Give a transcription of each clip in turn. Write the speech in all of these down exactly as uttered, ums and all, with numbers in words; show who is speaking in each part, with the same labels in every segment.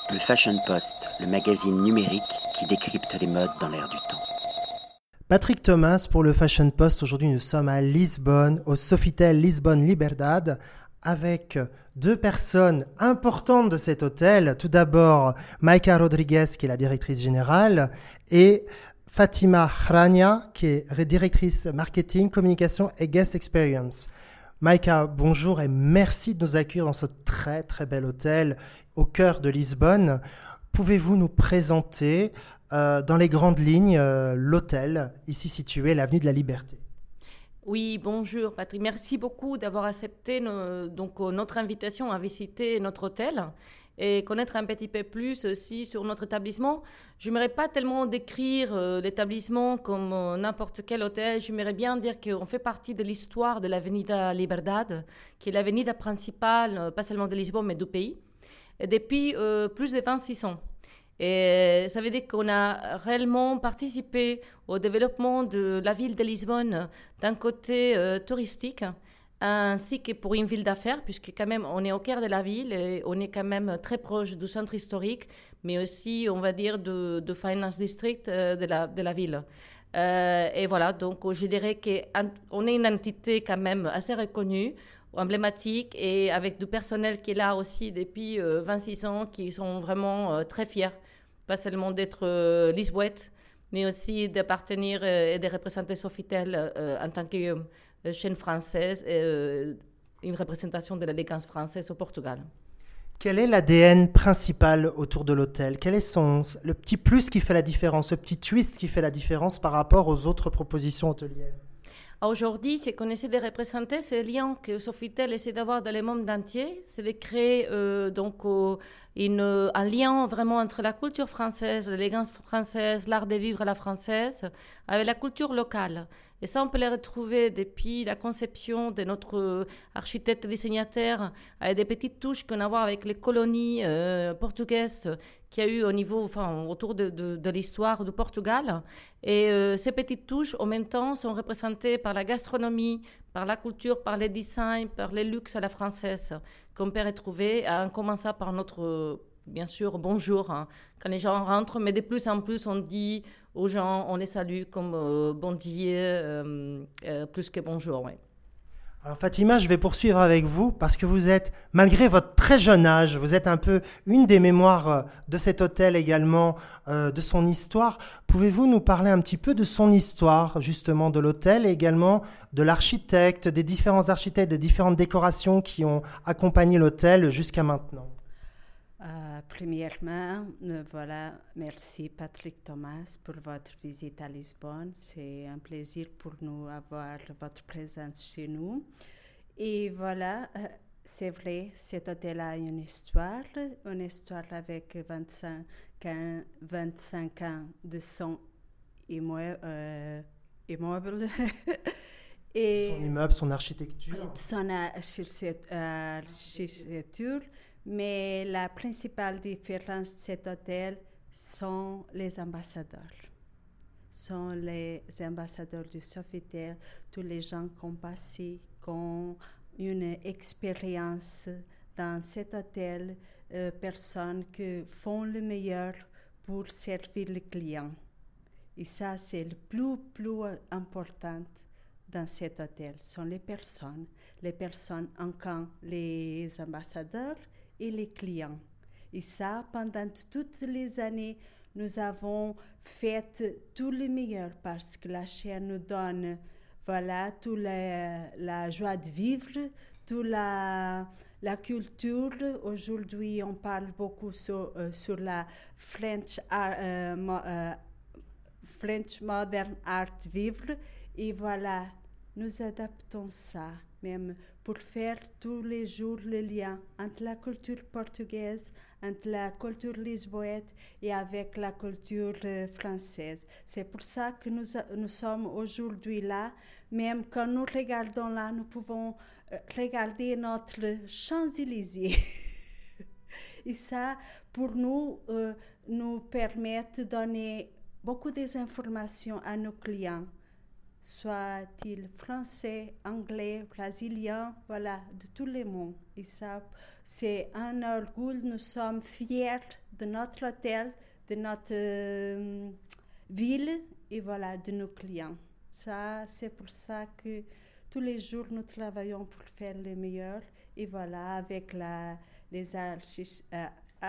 Speaker 1: Le Fashion Post, le magazine numérique qui décrypte les modes dans l'air du temps.
Speaker 2: Patrick Thomas pour le Fashion Post. Aujourd'hui, nous sommes à Lisbonne, au Sofitel Lisbonne Liberdade, avec deux personnes importantes de cet hôtel. Tout d'abord, Maika Rodriguez, qui est la directrice générale, et Fatima Hrania, qui est directrice marketing, communication et guest experience. Maika, bonjour et merci de nous accueillir dans ce très très bel hôtel au cœur de Lisbonne. Pouvez-vous nous présenter euh, dans les grandes lignes euh, l'hôtel ici situé, l'avenue de la Liberté?
Speaker 3: Oui, bonjour Patrick. Merci beaucoup d'avoir accepté nos, donc, notre invitation à visiter notre hôtel et connaître un petit peu plus aussi sur notre établissement. Je n'aimerais pas tellement décrire euh, l'établissement comme euh, n'importe quel hôtel. J'aimerais bien dire qu'on fait partie de l'histoire de l'Avenida Liberdade, qui est l'avenida principale, euh, pas seulement de Lisbonne, mais du pays, et depuis euh, plus de vingt-six ans. Et ça veut dire qu'on a réellement participé au développement de la ville de Lisbonne d'un côté euh, touristique, ainsi que pour une ville d'affaires, puisque quand même on est au cœur de la ville et on est quand même très proche du centre historique, mais aussi on va dire de, de Finance District euh, de, la, de la ville. Euh, et voilà, donc je dirais qu'on est une entité quand même assez reconnue, emblématique, et avec du personnel qui est là aussi depuis euh, vingt-six ans, qui sont vraiment euh, très fiers, pas seulement d'être euh, lisboètes, mais aussi d'appartenir euh, et de représenter Sofitel euh, en tant que euh, chaîne française, et euh, une représentation de l'élégance française au Portugal.
Speaker 2: Quel est l'A D N principal autour de l'hôtel? Quel est son, le petit plus qui fait la différence, le petit twist qui fait la différence par rapport aux autres propositions hôtelières?
Speaker 3: Aujourd'hui, ce qu'on essaie de représenter, c'est le lien que Sofitel essaie d'avoir dans le monde entier, c'est de créer euh, donc, euh, une, un lien vraiment entre la culture française, l'élégance française, l'art de vivre à la française, avec la culture locale. Et ça, on peut les retrouver depuis la conception de notre architecte dessinateur, avec des petites touches qu'on a à voir avec les colonies euh, portugaises qu'il y a eu au niveau, enfin, autour de, de, de l'histoire du Portugal. Et euh, ces petites touches, en même temps, sont représentées par la gastronomie, par la culture, par les designs, par les luxe à la française, qu'on peut retrouver, en commençant par notre, bien sûr, bonjour, hein, quand les gens rentrent, mais de plus en plus, on dit aux gens, on les salue comme euh, bon dia, euh, euh, plus que bonjour, oui.
Speaker 2: Alors Fatima, je vais poursuivre avec vous parce que vous êtes, malgré votre très jeune âge, vous êtes un peu une des mémoires de cet hôtel également, euh, de son histoire. Pouvez-vous nous parler un petit peu de son histoire, justement, de l'hôtel et également de l'architecte, des différents architectes, des différentes décorations qui ont accompagné l'hôtel jusqu'à maintenant?
Speaker 4: Euh, premièrement, euh, voilà, merci Patrick Thomas pour votre visite à Lisbonne. C'est un plaisir pour nous avoir votre présence chez nous. Et voilà, euh, c'est vrai, cet hôtel a une histoire, une histoire avec vingt-cinq ans, vingt-cinq ans de son immeuble. Euh, immeuble.
Speaker 2: Et son immeuble, son architecture.
Speaker 4: Son architecture. Mais la principale différence de cet hôtel sont les ambassadeurs. Sont les ambassadeurs du Sofitel, tous les gens qui ont passé, qui ont une expérience dans cet hôtel, euh, personnes qui font le meilleur pour servir le client. Et ça, c'est le plus, plus important dans cet hôtel, sont les personnes. Les personnes en camp, les ambassadeurs et les clients. Et ça, pendant toutes les années, nous avons fait tout le meilleur parce que la chaîne nous donne, voilà, toute la, la joie de vivre, toute la, la culture. Aujourd'hui, on parle beaucoup sur, euh, sur la French, art, euh, mo, euh, French Modern Art vivre. Et voilà, nous adaptons ça même pour faire tous les jours le lien entre la culture portugaise, entre la culture lisboète et avec la culture euh, française. C'est pour ça que nous, nous sommes aujourd'hui là. Même quand nous regardons là, nous pouvons euh, regarder notre Champs-Élysées. Et ça, pour nous, euh, nous permet de donner beaucoup d'informations à nos clients. Soit-il français, anglais, brésilien, voilà, de tout le monde. Et ça, c'est un orgueil, nous sommes fiers de notre hôtel, de notre euh, ville et voilà, de nos clients. Ça, c'est pour ça que tous les jours, nous travaillons pour faire le meilleur. Et voilà, avec la, les archives euh,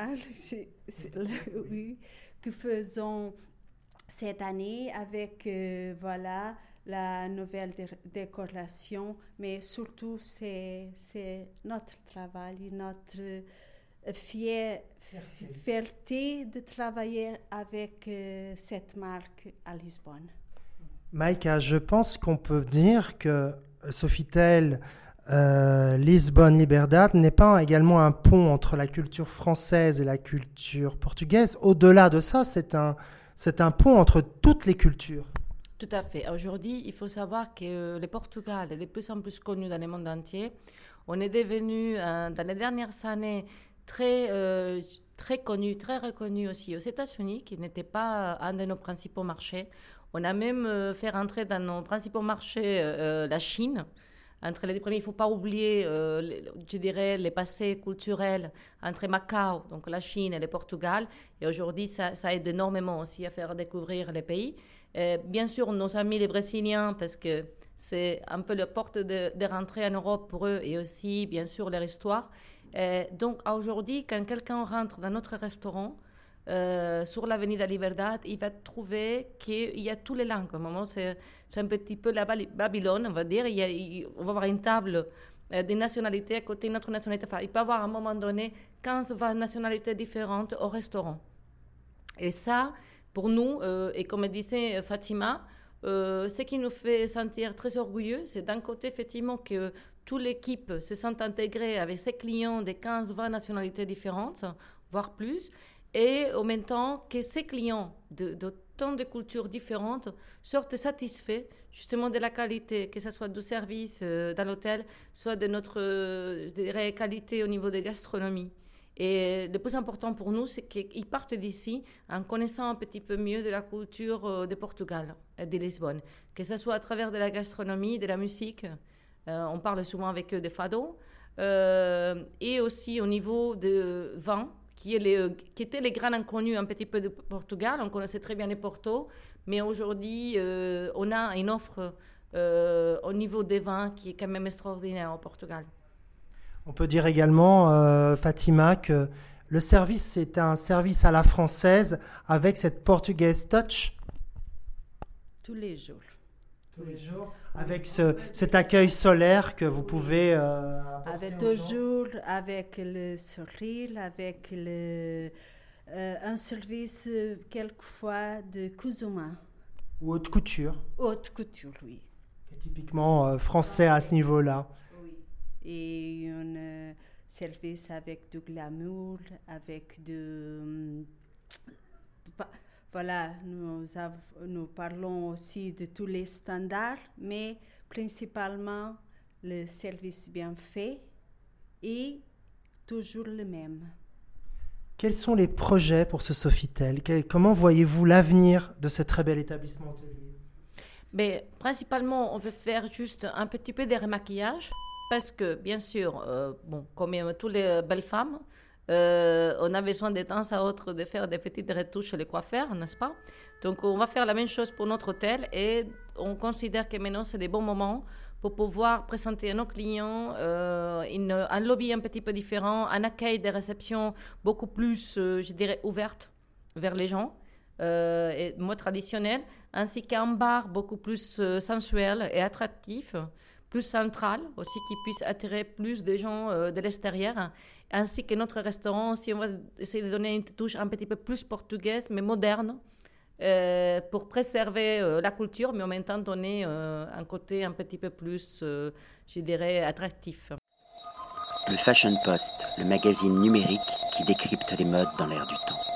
Speaker 4: oui, que faisons cette année, avec euh, voilà, la nouvelle dé- décoration. Mais surtout, c'est, c'est notre travail, notre euh, fier, fierté. fierté de travailler avec euh, cette marque à Lisbonne.
Speaker 2: Maïka, je pense qu'on peut dire que Sofitel euh, Lisbonne Liberdade n'est pas également un pont entre la culture française et la culture portugaise. Au-delà de ça, c'est un, c'est un pont entre toutes les cultures.
Speaker 3: Tout à fait. Aujourd'hui, il faut savoir que le Portugal est de plus en plus connu dans le monde entier. On est devenu, euh, dans les dernières années, très, euh, très connu, très reconnu aussi aux États-Unis, qui n'était pas un de nos principaux marchés. On a même euh, fait rentrer dans nos principaux marchés euh, la Chine. Entre les deux premiers, il ne faut pas oublier, euh, les, je dirais, les passés culturels entre Macao, donc la Chine et le Portugal. Et aujourd'hui, ça, ça aide énormément aussi à faire découvrir les pays. Et bien sûr, nos amis les Brésiliens, parce que c'est un peu la porte de, de rentrée en Europe pour eux, et aussi, bien sûr, leur histoire. Et donc, aujourd'hui, quand quelqu'un rentre dans notre restaurant, Euh, sur l'Avenida Liberdade, il va trouver qu'il y a toutes les langues. Au moment, c'est, c'est un petit peu la Babylone, on va dire. Il y a, il, on va avoir une table euh, des nationalités à côté de notre nationalité. Enfin, il peut y avoir à un moment donné quinze vingt nationalités différentes au restaurant. Et ça, pour nous, euh, et comme disait Fatima, euh, ce qui nous fait sentir très orgueilleux, c'est d'un côté, effectivement, que toute l'équipe se sent intégrée avec ses clients de quinze vingt nationalités différentes, voire plus. Et en même temps que ces clients de, de tant de cultures différentes sortent satisfaits justement de la qualité, que ce soit du service euh, dans l'hôtel, soit de notre euh, je dirais, qualité au niveau de gastronomie. Et le plus important pour nous, c'est qu'ils partent d'ici en connaissant un petit peu mieux de la culture euh, de Portugal et de Lisbonne, que ce soit à travers de la gastronomie, de la musique. Euh, on parle souvent avec eux de fado, euh, et aussi au niveau de vin, Qui, est les, qui étaient les grands inconnus un petit peu de Portugal. On connaissait très bien les Porto, mais aujourd'hui, euh, on a une offre euh, au niveau des vins qui est quand même extraordinaire au Portugal.
Speaker 2: On peut dire également, euh, Fatima, que le service, c'est un service à la française avec cette portugaise touch.
Speaker 4: Tous les jours.
Speaker 2: Tous les jours, avec ce, cet accueil solaire que vous pouvez euh,
Speaker 4: avec toujours avec le sourire, avec le, euh, un service euh, quelquefois de cousumin.
Speaker 2: Ou haute couture.
Speaker 4: Haute couture, oui.
Speaker 2: C'est typiquement euh, français à ce niveau-là.
Speaker 4: Oui. Et un euh, service avec du glamour, avec de... Euh, Voilà, nous, avons, nous parlons aussi de tous les standards, mais principalement le service bien fait et toujours le même.
Speaker 2: Quels sont les projets pour ce Sofitel? Comment voyez-vous l'avenir de ce très bel établissement hôtelier?
Speaker 3: Mais principalement, on veut faire juste un petit peu de remaquillage parce que, bien sûr, euh, bon, comme toutes les belles femmes, Euh, on a besoin de temps à autre de faire des petites retouches chez les coiffeurs, n'est-ce pas? Donc, on va faire la même chose pour notre hôtel et on considère que maintenant, c'est des bons moments pour pouvoir présenter à nos clients euh, une, un lobby un petit peu différent, un accueil de réception beaucoup plus, euh, je dirais, ouverte vers les gens, euh, et moins traditionnel, ainsi qu'un bar beaucoup plus euh, sensuel et attractif, plus central aussi, qui puisse attirer plus de gens euh, de l'extérieur, ainsi que notre restaurant, si on va essayer de donner une touche un petit peu plus portugaise, mais moderne, euh, pour préserver euh, la culture, mais en même temps donner euh, un côté un petit peu plus, euh, je dirais, attractif.
Speaker 1: Le Fashion Post, le magazine numérique qui décrypte les modes dans l'air du temps.